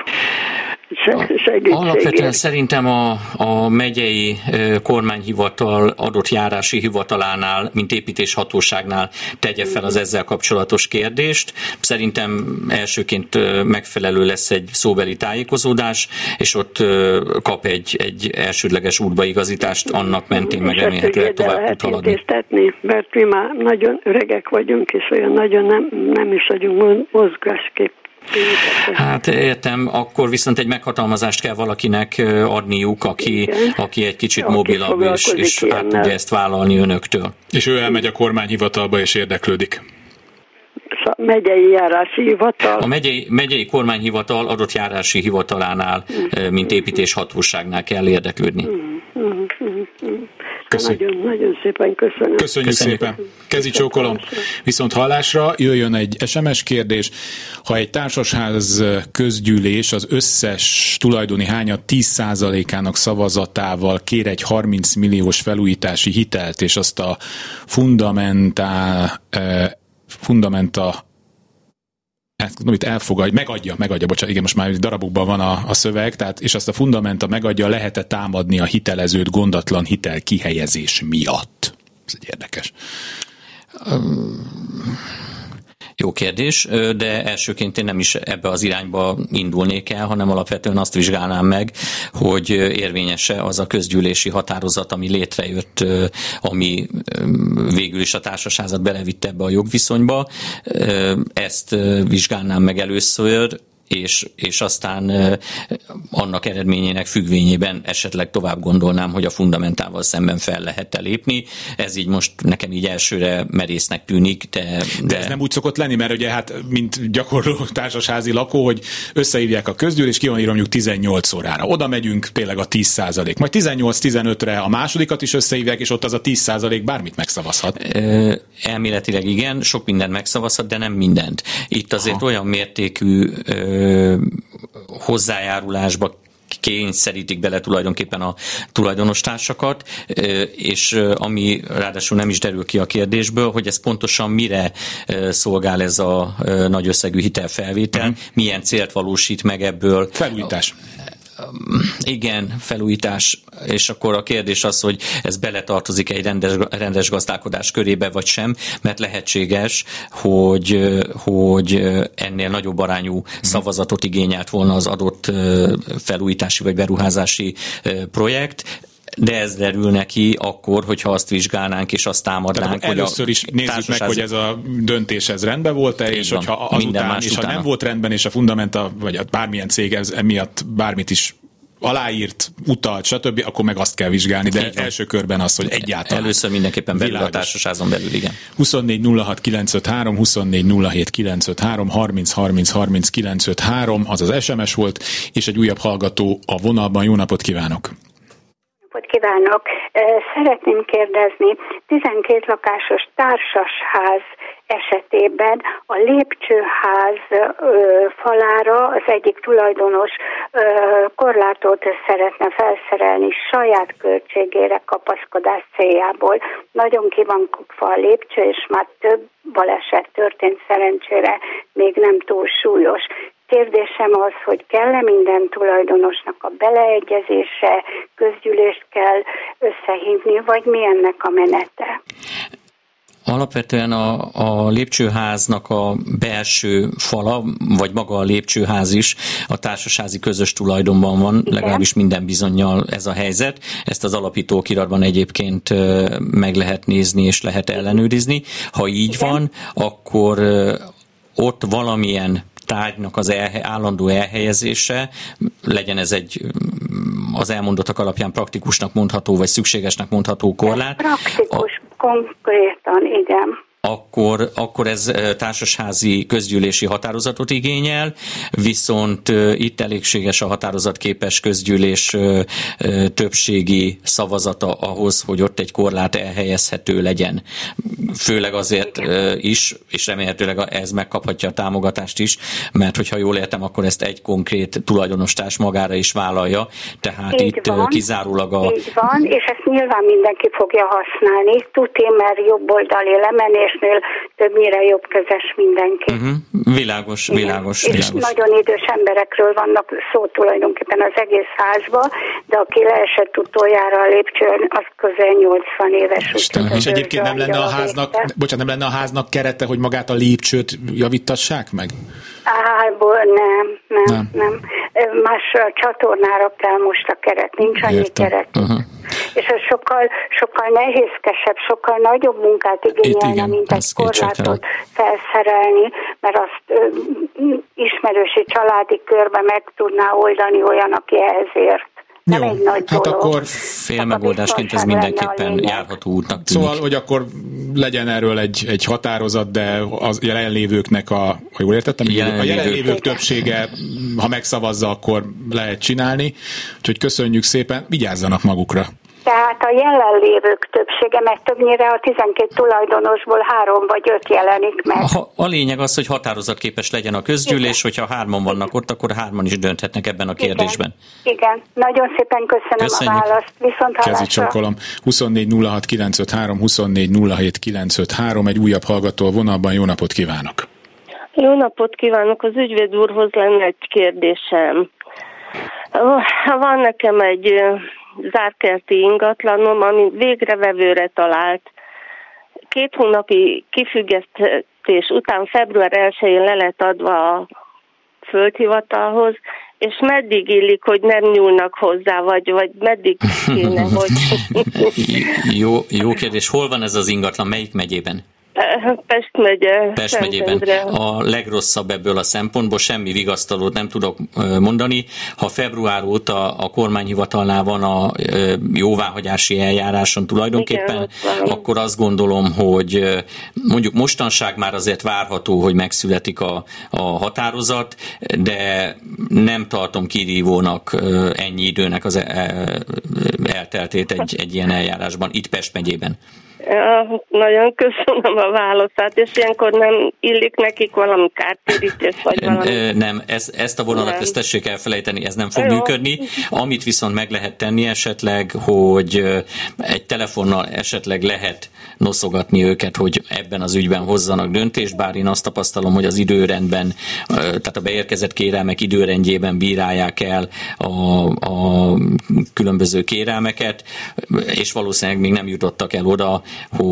Alapvetően szerintem a megyei kormányhivatal adott járási hivatalánál, mint építéshatóságnál tegye fel az ezzel kapcsolatos kérdést. Szerintem elsőként megfelelő lesz egy szóbeli tájékozódás, és ott kap egy elsődleges útbaigazítást, annak mentén meg remélhetőleg tovább tud haladni. Mert mi már nagyon öregek vagyunk, és olyan nagyon nem is vagyunk mozgáskép. Hát értem, akkor viszont egy meghatalmazást kell valakinek adniuk, aki egy kicsit mobilabb, és át tudja ezt vállalni önöktől. És ő elmegy a kormányhivatalba, és érdeklődik. A megyei járási hivatal. A megyei kormányhivatal adott járási hivatalánál, mint építéshatóságnál kell érdeklődni. Nagyon szépen köszönöm. Köszönjük szépen. Kezi csókolom. Viszont hallásra jöjjön egy SMS kérdés. Ha egy társasház közgyűlés az összes tulajdoni hányad 10%-ának szavazatával kér egy 30 milliós felújítási hitelt, és azt a fundamenta megadja, bocsánat, igen, most már darabokban van a szöveg, tehát, és azt a fundamenta megadja, lehet-e támadni a hitelezőt gondatlan hitel kihelyezés miatt? Ez egy érdekes. Jó kérdés, de elsőként én nem is ebbe az irányba indulnék el, hanem alapvetően azt vizsgálnám meg, hogy érvényes-e az a közgyűlési határozat, ami létrejött, ami végül is a társasházat belevitte ebbe a jogviszonyba. Ezt vizsgálnám meg először, és aztán annak eredményének függvényében esetleg tovább gondolnám, hogy a fundamentával szemben fel lehet lépni. Ez így most nekem így elsőre merésznek tűnik, de ez nem úgy szokott lenni, mert ugye hát mint gyakorló társasházi lakó, hogy összehívják a közgyűlést, ki van írva mondjuk 18 órára. Oda megyünk tényleg a 10%. Majd 18-15-re a másodikat is összehívják, és ott az a 10% bármit megszavazhat. Elméletileg igen, sok mindent megszavazhat, de nem mindent. Itt azért olyan mértékű hozzájárulásba kényszerítik bele tulajdonképpen a tulajdonostársakat, és ami ráadásul nem is derül ki a kérdésből, hogy ez pontosan mire szolgál ez a nagy összegű hitelfelvétel, milyen célt valósít meg ebből. Felújítás. Igen, felújítás, és akkor a kérdés az, hogy ez beletartozik egy rendes gazdálkodás körébe, vagy sem, mert lehetséges, hogy ennél nagyobb arányú szavazatot igényelt volna az adott felújítási vagy beruházási projekt, de ez derül neki akkor, hogyha azt vizsgálnánk és azt támadnánk. Először is nézzük meg, hogy ez a döntés ez rendben volt-e, és hogyha azután, és ha nem volt rendben, és a Fundamenta, vagy a bármilyen cég ez emiatt bármit is aláírt, utalt, stb., akkor meg azt kell vizsgálni, de első körben az, hogy egyáltalán. Először mindenképpen belül a társaságon belül, igen. 24 06 953, 24 07 953, 30 30 30 953, az az SMS volt, és egy újabb hallgató a vonalban. Jó napot kívánok! Kívánok! Szeretném kérdezni, 12 lakásos társasház esetében a lépcsőház falára az egyik tulajdonos korlátot szeretne felszerelni saját költségére kapaszkodás céljából. Nagyon ki van kupva a lépcső, és már több baleset történt, szerencsére még nem túl súlyos. Kérdésem az, hogy kell-e minden tulajdonosnak a beleegyezése, közgyűlést kell összehívni, vagy mi ennek a menete? Alapvetően a lépcsőháznak a belső fala, vagy maga a lépcsőház is a társasházi közös tulajdonban van, legalábbis minden bizonnyal ez a helyzet. Ezt az alapítókiratban egyébként meg lehet nézni és lehet ellenőrizni. Ha így van, akkor ott valamilyen tárgynak az állandó elhelyezése, legyen ez egy az elmondottak alapján praktikusnak mondható, vagy szükségesnek mondható korlát. Praktikus, konkrétan, igen. Akkor ez társasházi közgyűlési határozatot igényel, viszont itt elégséges a határozatképes közgyűlés többségi szavazata ahhoz, hogy ott egy korlát elhelyezhető legyen. Főleg azért is, és remélhetőleg ez megkaphatja a támogatást is, mert hogyha jól értem, akkor ezt egy konkrét tulajdonostárs magára is vállalja, tehát így itt van, kizárólag a... Így van, és ezt nyilván mindenki fogja használni. Tudj, mert jobboldali lemenésnél többnyire jobbkezes mindenki. Világos. És nagyon idős emberekről vannak szó tulajdonképpen az egész házba, de aki leesett utoljára a lépcsőn, az közel 80 éves. És egyébként nem lenne a háznak kerete, hogy magát a lépcsőt javítassák meg? Nem. Más csatornára kell most a keret, nincs annyi keret. És ez sokkal nehézkesebb, sokkal nagyobb munkát igényelne, mint egy korlátot felszerelni, mert azt ismerősi családi körbe meg tudná oldani olyan, aki ehhez ért. Nem egy nagy dolog. Akkor félmegoldásként ez mindenképpen járható útnak tűnik. Szóval, hogy akkor legyen erről egy határozat, de a jelenlévőknek ha jól értettem, a jelenlévők többsége, ha megszavazza, akkor lehet csinálni. Úgyhogy köszönjük szépen, vigyázzanak magukra. Tehát a jelenlévők többsége, mert többnyire a 12 tulajdonosból 3 vagy 5 jelenik meg. A lényeg az, hogy határozatképes legyen a közgyűlés, hogyha 3-an vannak ott, akkor 3-an is dönthetnek ebben a kérdésben. Igen. Nagyon szépen köszönöm a választ. Viszonthallásra. Kezi csókolom. 24 06 953, 24 07 953, egy újabb hallgató vonalban. Jó napot kívánok! Jó napot kívánok! Az ügyvéd úrhoz lenne egy kérdésem. Van nekem egy zárkerti ingatlanom, ami végrevevőre talált. 2 hónapi kifüggesztés után február 1-én le lett adva a földhivatalhoz, és meddig illik, hogy nem nyúlnak hozzá, vagy meddig kéne, hogy... Jó kérdés. Hol van ez az ingatlan? Melyik megyében? Pest megyében. A legrosszabb ebből a szempontból, semmi vigasztalót nem tudok mondani. Ha február óta a kormányhivatalnál van a jóváhagyási eljáráson tulajdonképpen, akkor azt gondolom, hogy mondjuk mostanság már azért várható, hogy megszületik a határozat, de nem tartom kirívónak ennyi időnek az elteltét egy ilyen eljárásban, itt Pest megyében. Ja, nagyon köszönöm a válaszát, és ilyenkor nem illik nekik valami kártérítés, vagy valami? Nem, ezt a vonalat, ezt tessék elfelejteni, ez nem fog működni. Amit viszont meg lehet tenni esetleg, hogy egy telefonnal esetleg lehet noszogatni őket, hogy ebben az ügyben hozzanak döntést, bár én azt tapasztalom, hogy az időrendben, tehát a beérkezett kérelmek időrendjében bírálják el a különböző kérelmeket, és valószínűleg még nem jutottak el oda,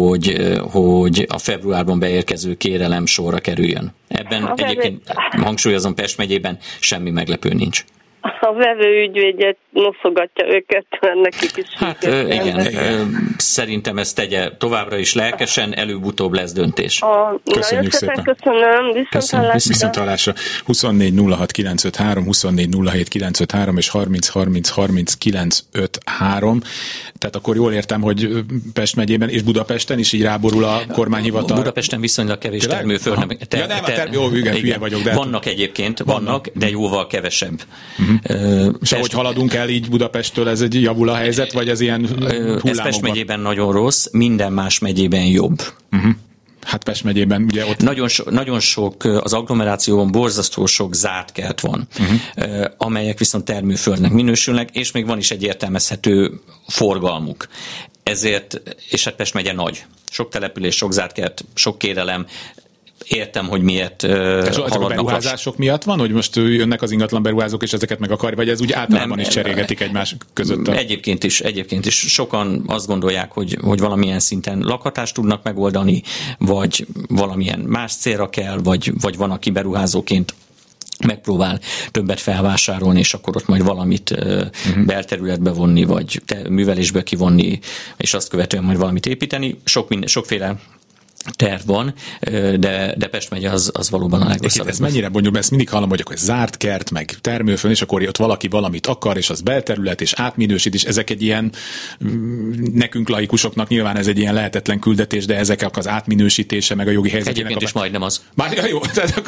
hogy a februárban beérkező kérelem sorra kerüljön. Ebben egyébként hangsúlyozom, Pest megyében semmi meglepő nincs. A vevő ügyvédje noszogatja őket, mert nekik is. Hát igen, szerintem ezt tegye továbbra is lelkesen, előbb-utóbb lesz döntés. Köszönjük szépen. Köszönöm, viszonthallásra. 24 06 953, 24 07 953 és 30 30 30 953. Tehát akkor jól értem, hogy Pest megyében és Budapesten is így ráborul a kormányhivatal. Budapesten viszonylag kevés termőföld. Hülye vagyok. De vannak egyébként, de jóval kevesebb. És ahogy haladunk el így Budapesttől, ez egy javul a helyzet, vagy ez ilyen hullámokban? Ez Pest megyében nagyon rossz, minden más megyében jobb. Hát Pest megyében ugye ott... Nagyon sok, az agglomerációban borzasztó sok zárt kert van, amelyek viszont termőföldnek minősülnek, és még van is egy értelmezhető forgalmuk. Ezért, és hát Pest megye nagy. Sok település, sok zárt kert, sok kérelem. Értem, hogy miért haladnak. A beruházások miatt van, hogy most jönnek az ingatlan beruházók, és ezeket meg akarják, vagy ez úgy általában is cserégetik egymás között? Egyébként is. Sokan azt gondolják, hogy valamilyen szinten lakhatást tudnak megoldani, vagy valamilyen más célra kell, vagy van, aki beruházóként megpróbál többet felvásárolni, és akkor ott majd valamit belterületbe vonni, vagy művelésbe kivonni, és azt követően majd valamit építeni. Sokféle terv van, de Pest megye az valóban a legrosszabb. Ez mennyire bonyolult, ezt mindig hallom, hogy akkor zárt kert, meg termőföld, és akkor ott valaki valamit akar, és az belterület, és átminősít, és ezek egy ilyen, nekünk laikusoknak nyilván ez egy ilyen lehetetlen küldetés, de ezek az átminősítése, meg a jogi helyzetének. Egyébként is majdnem az. Jó.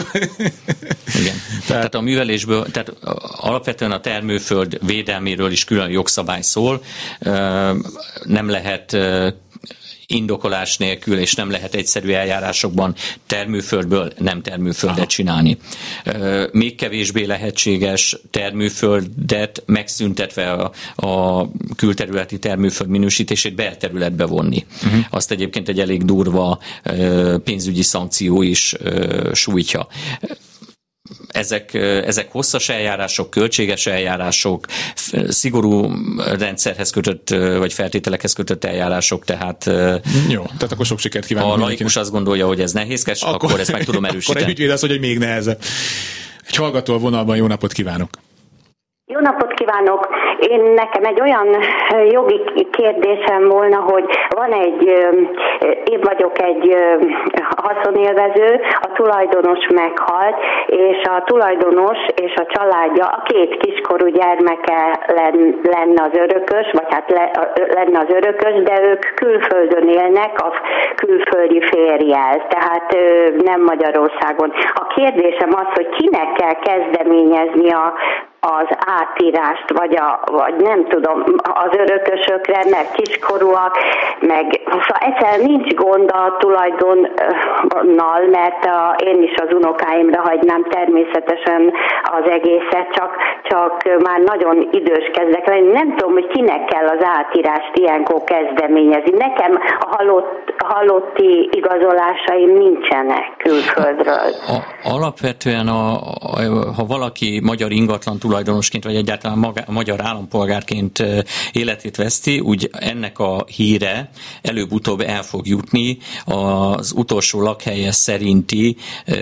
Igen. Tehát a művelésből, tehát alapvetően a termőföld védelméről is külön jogszabály szól. Nem lehet indokolás nélkül, és nem lehet egyszerű eljárásokban termőföldből nem termőföldet csinálni. Még kevésbé lehetséges termőföldet megszüntetve a külterületi termőföld minősítését belterületbe vonni. Azt egyébként egy elég durva pénzügyi szankció is sújtja. Ezek hosszas eljárások, költséges eljárások, szigorú rendszerhez kötött, vagy feltételekhez kötött eljárások, tehát... Jó, tehát akkor sok sikert kívánok. Ha a laikus azt gondolja, hogy ez nehézkes, akkor ezt meg tudom erősíteni. Akkor egy ügyvéd az, hogy még nehezebb. Egy hallgató a vonalban, jó napot kívánok! Jó napot kívánok! Nekem egy olyan jogi kérdésem volna, hogy én vagyok egy haszonélvező, a tulajdonos meghalt, és a tulajdonos és a családja, a két kiskorú gyermeke lenne az örökös, vagy hát lenne az örökös, de ők külföldön élnek, a külföldi férjjel, tehát nem Magyarországon. A kérdésem az, hogy kinek kell kezdeményezni az átírást, vagy nem tudom, az örökösökre, mert kiskorúak, meg szóval egyszerűen nincs gond a tulajdonnal, mert én is az unokáimra hagynám természetesen az egészet, csak már nagyon idős kezdek lenni. Nem tudom, hogy kinek kell az átírást ilyenkor kezdeményezni. Nekem a halotti igazolásaim nincsenek külföldről. Alapvetően, ha valaki magyar ingatlan tulajdonosként, vagy egyáltalán magyar állampolgárként életét veszti, úgy ennek a híre előbb-utóbb el fog jutni az utolsó lakhelye szerinti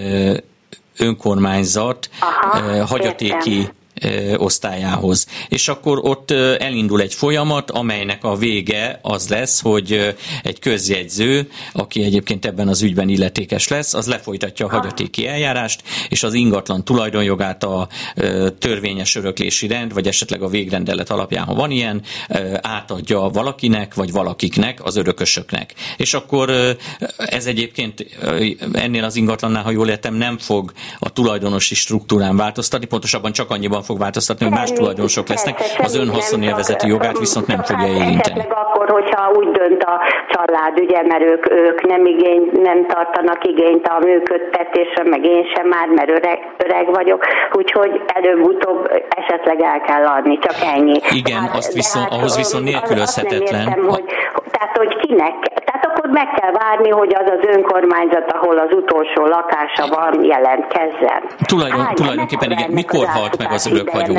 önkormányzat hagyatéki osztályához. És akkor ott elindul egy folyamat, amelynek a vége az lesz, hogy egy közjegyző, aki egyébként ebben az ügyben illetékes lesz, az lefolytatja a hagyatéki eljárást, és az ingatlan tulajdonjogát a törvényes öröklési rend, vagy esetleg a végrendelet alapján, ha van ilyen, átadja valakinek, vagy valakiknek, az örökösöknek. És akkor ez egyébként ennél az ingatlannál, ha jól értem, nem fog a tulajdonosi struktúrán változtatni, pontosabban csak annyiban fog változtatni, hogy más tulajdonosok lesznek, az önhaszonélvezeti jogát viszont nem fogja érinteni. Akkor, hogyha úgy dönt a család, ugye, mert ők nem tartanak igényt a működtetésre, meg én sem már, mert öreg vagyok, úgyhogy előbb-utóbb esetleg el kell adni, csak ennyi. Igen, ahhoz viszont nélkülözhetetlen. Tehát, hogy kinek? Tehát akkor meg kell várni, hogy az önkormányzat, ahol az utolsó lakása van, jelentkezzen. Tulajdonképpen igen. Mikor halt meg az örökhagyó?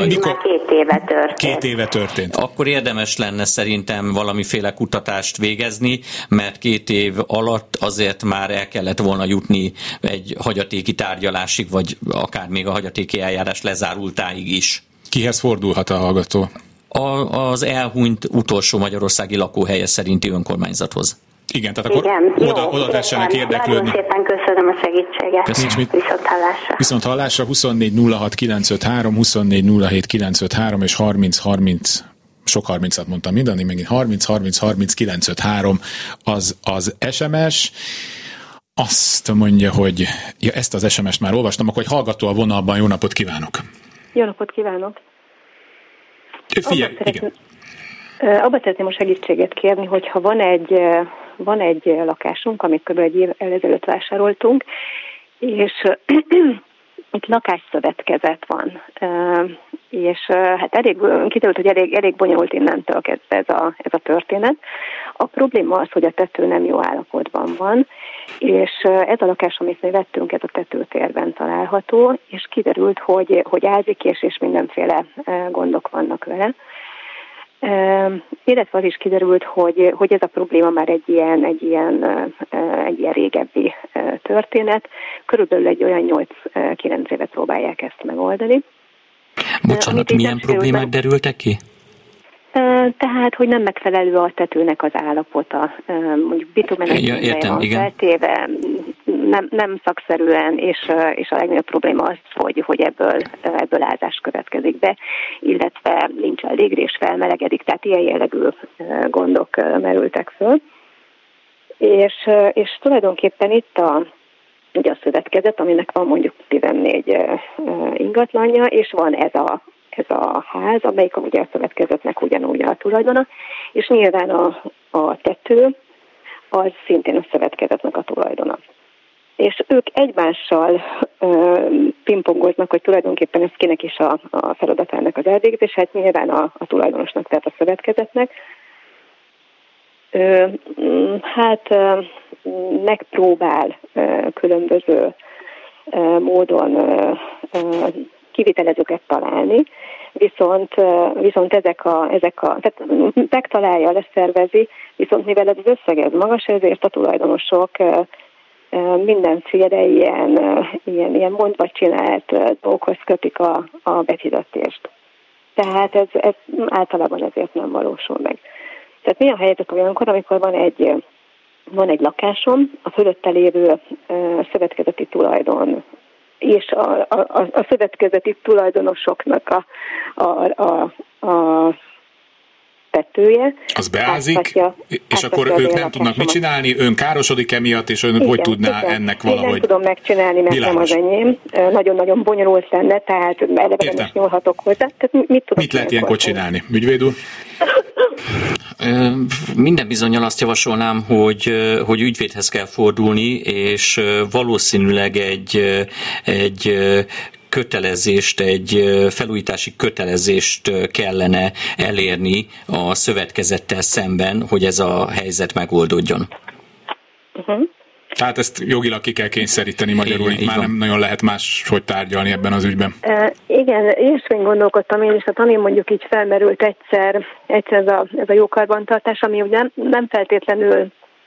2 éve történt. Akkor érdemes lenne szerintem valamiféle kutatást végezni, mert 2 év alatt azért már el kellett volna jutni egy hagyatéki tárgyalásig, vagy akár még a hagyatéki eljárás lezárultáig is. Kihez fordulhat a hallgató? Az elhunyt utolsó magyarországi lakóhelye szerinti önkormányzathoz. Igen, tehát akkor oda tessenek érdeklődni. Nagyon szépen köszönöm a segítséget. Viszont hallásra 24 06 953, 24 07 953 és 30 30, sok 30-at mondtam mindannyi, megint 30 30 30 953 az SMS. Azt mondja, hogy ezt az SMS-t már olvastam, akkor egy hallgató a vonalban. Jó napot kívánok! Jó napot kívánok! Igen. Abba szeretném a segítséget kérni, hogyha van egy lakásunk, amit kb. Egy év ezelőtt vásároltunk, és itt lakásszövetkezet van, és hát kiderült, hogy elég bonyolult innentől kezdve ez a történet. A probléma az, hogy a tető nem jó állapotban van, és ez a lakás, amit mi vettünk, ez a tetőtérben található, és kiderült, hogy ázik, és mindenféle gondok vannak vele. Illetve az is kiderült, hogy ez a probléma már egy ilyen régebbi történet. Körülbelül egy olyan 8-9 évet próbálják ezt megoldani. Bocsánat, milyen problémák derültek ki? Tehát, hogy nem megfelelő a tetőnek az állapota, mondjuk bitumenek van feltéve, nem szakszerűen, és a legnagyobb probléma az, hogy ebből ázás következik be, illetve nincs elég és felmelegedik, tehát ilyen jellegű gondok merültek föl. És tulajdonképpen itt ugye a szövetkezet, aminek van mondjuk 14 ingatlanja, és van ez a ház, amelyik ugye a szövetkezetnek ugyanúgy a tulajdona, és nyilván a tető az szintén a szövetkezetnek a tulajdona. És ők egymással pingpongoznak, hogy tulajdonképpen ez kinek is a feladatának az elvégzés, hát nyilván a tulajdonosnak, tehát a szövetkezetnek. Megpróbál különböző módon kivitelezőket találni, viszont ezek a tehát megtalálja, leszervezi, viszont mivel ez az összeg ez magas, ezért a tulajdonosok mindenféle ilyen mondva csinált dolgokhoz kötik a befizetést. Tehát ez általában ezért nem valósul meg. Tehát mi a helyzet olyankor, amikor van egy lakásom, a fölötte lévő szövetkezeti tulajdon, és a szövetkezeti tulajdonosoknak a tetője. Az beázik, és akkor ők nem tudnak mit csinálni, ön károsodik emiatt, és ön hogy tudná ennek valahogy... Én nem tudom megcsinálni, mert nem az enyém. Nagyon-nagyon bonyolult lenne, tehát eleve nem is nyúlhatok hozzá. Tehát mit lehet ilyenkor csinálni? Ügyvéd úr? Minden bizonnyal azt javasolnám, hogy ügyvédhez kell fordulni, és valószínűleg egy kötelezést, egy felújítási kötelezést kellene elérni a szövetkezettel szemben, hogy ez a helyzet megoldódjon. Tehát ezt jogilag ki kell kényszeríteni magyarul, így már nem nagyon lehet máshogy tárgyalni ebben az ügyben. Igen, ilyesmén gondolkodtam én is, tehát ami mondjuk így felmerült egyszer ez a jó karbantartás, ami ugye nem feltétlenül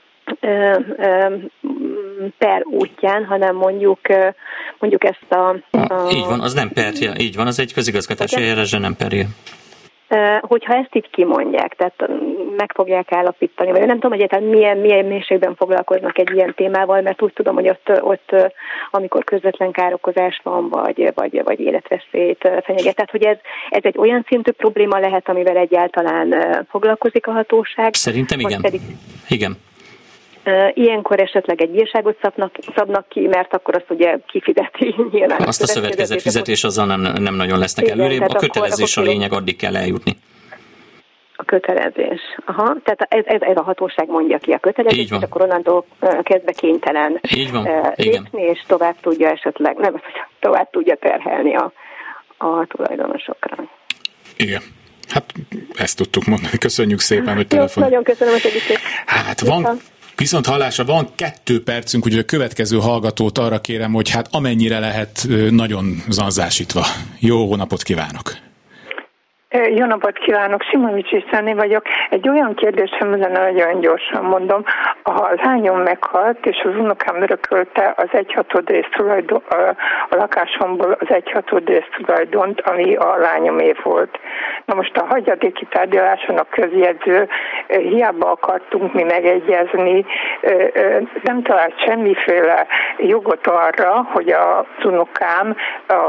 per útján, hanem mondjuk ezt Így van, az nem perje, így van, az egy közigazgatási eljárás, de nem perje. Hogyha ezt így kimondják, tehát meg fogják állapítani, vagy nem tudom egyáltalán milyen mélységben foglalkoznak egy ilyen témával, mert úgy tudom, hogy ott amikor közvetlen károkozás van, vagy életveszélyt fenyeget. Tehát, hogy ez egy olyan szintű probléma lehet, amivel egyáltalán foglalkozik a hatóság. Szerintem igen. Igen. Ilyenkor esetleg egy bírságot szabnak ki, mert akkor azt ugye kifizeti nyilván. Azt a szövetkezetfizetés azzal nem nagyon lesznek előrébb. A kötelezés a lényeg, addig kell eljutni. A kötelezés. Aha, tehát ez a hatóság mondja ki a kötelezést, és akkor onnantól kezdve kénytelen lépni, és tovább tudja esetleg, nem, tovább tudja terhelni a tulajdonosokra. Igen. Hát ezt tudtuk mondani. Köszönjük szépen, hogy telefon. Nagyon köszönöm a segítséget. Hát van, viszont hallásra van 2 percünk, úgyhogy a következő hallgatót arra kérem, hogy hát amennyire lehet nagyon zanzásítva. Jó napot kívánok! Jó napot kívánok, Simonovics Iszáné vagyok. Egy olyan kérdésem lenne, nagyon gyorsan mondom. A lányom meghalt, és az unokám örökölte az 1/6 résztulajdon, a lakásomból az 1/6 résztulajdont, ami a lányomé volt. Na most a hagyadéki tárgyaláson a közjegyző, hiába akartunk mi megegyezni, nem talált semmiféle jogot arra, hogy az unokám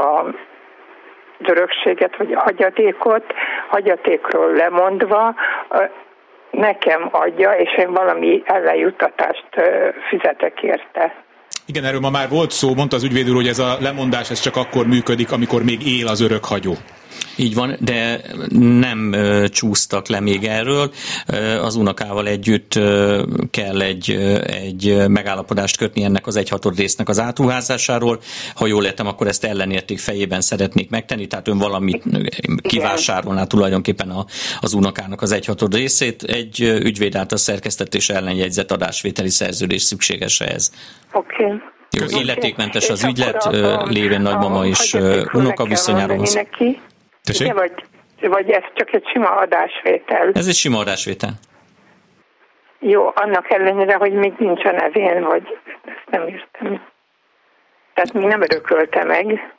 örökséget, vagy a hagyatékról lemondva nekem adja, és én valami ellenjuttatást fizetek érte. Igen, erről ma már volt szó, mondta az ügyvéd úr, hogy ez a lemondás ez csak akkor működik, amikor még él az örökhagyó. Így van, de nem csúsztak le még erről. Az unokával együtt kell egy megállapodást kötni ennek az 1/6 résznek az átruházásáról. Ha jól értem, akkor ezt ellenérték fejében szeretnék megtenni, tehát ön valamit kivásárolná tulajdonképpen az unokának az 1/6 részét. Egy ügyvéd által szerkesztett és ellenjegyzett adásvételi szerződés szükséges ehhez. Oké. Jó, illetékmentes az ügylet, lévén nagymama és unoka viszonyáról. Igen, vagy ez csak egy sima adásvétel? Ez egy sima adásvétel. Jó, annak ellenére, hogy még nincs a nevén, vagy ezt nem értem. Tehát még nem örökölte meg.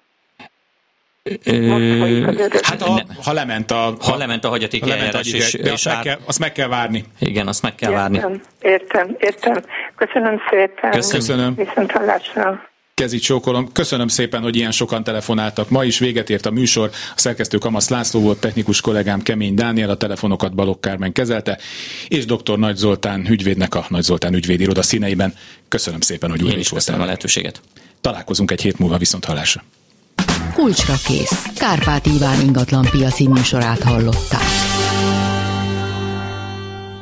Hát ha lement a hagyatéki eljárás, és azt meg kell várni. Igen, azt meg kell várni. Értem. Köszönöm szépen. Köszönöm. Viszont hallásra. Kezit csókolom. Köszönöm szépen, hogy ilyen sokan telefonáltak. Ma is véget ért a műsor. A szerkesztő Kamasz László volt, technikus kollégám Kemény Dániel, a telefonokat Balogh Kármen kezelte, és dr. Nagy Zoltán ügyvédnek a Nagy Zoltán ügyvédiroda színeiben. Köszönöm szépen, hogy újra is voltál a lehetőséget. Találkozunk egy hét múlva, viszont hallásra. Kulcsra kész. Kárpát Iván ingatlan piaci műsorát hallották.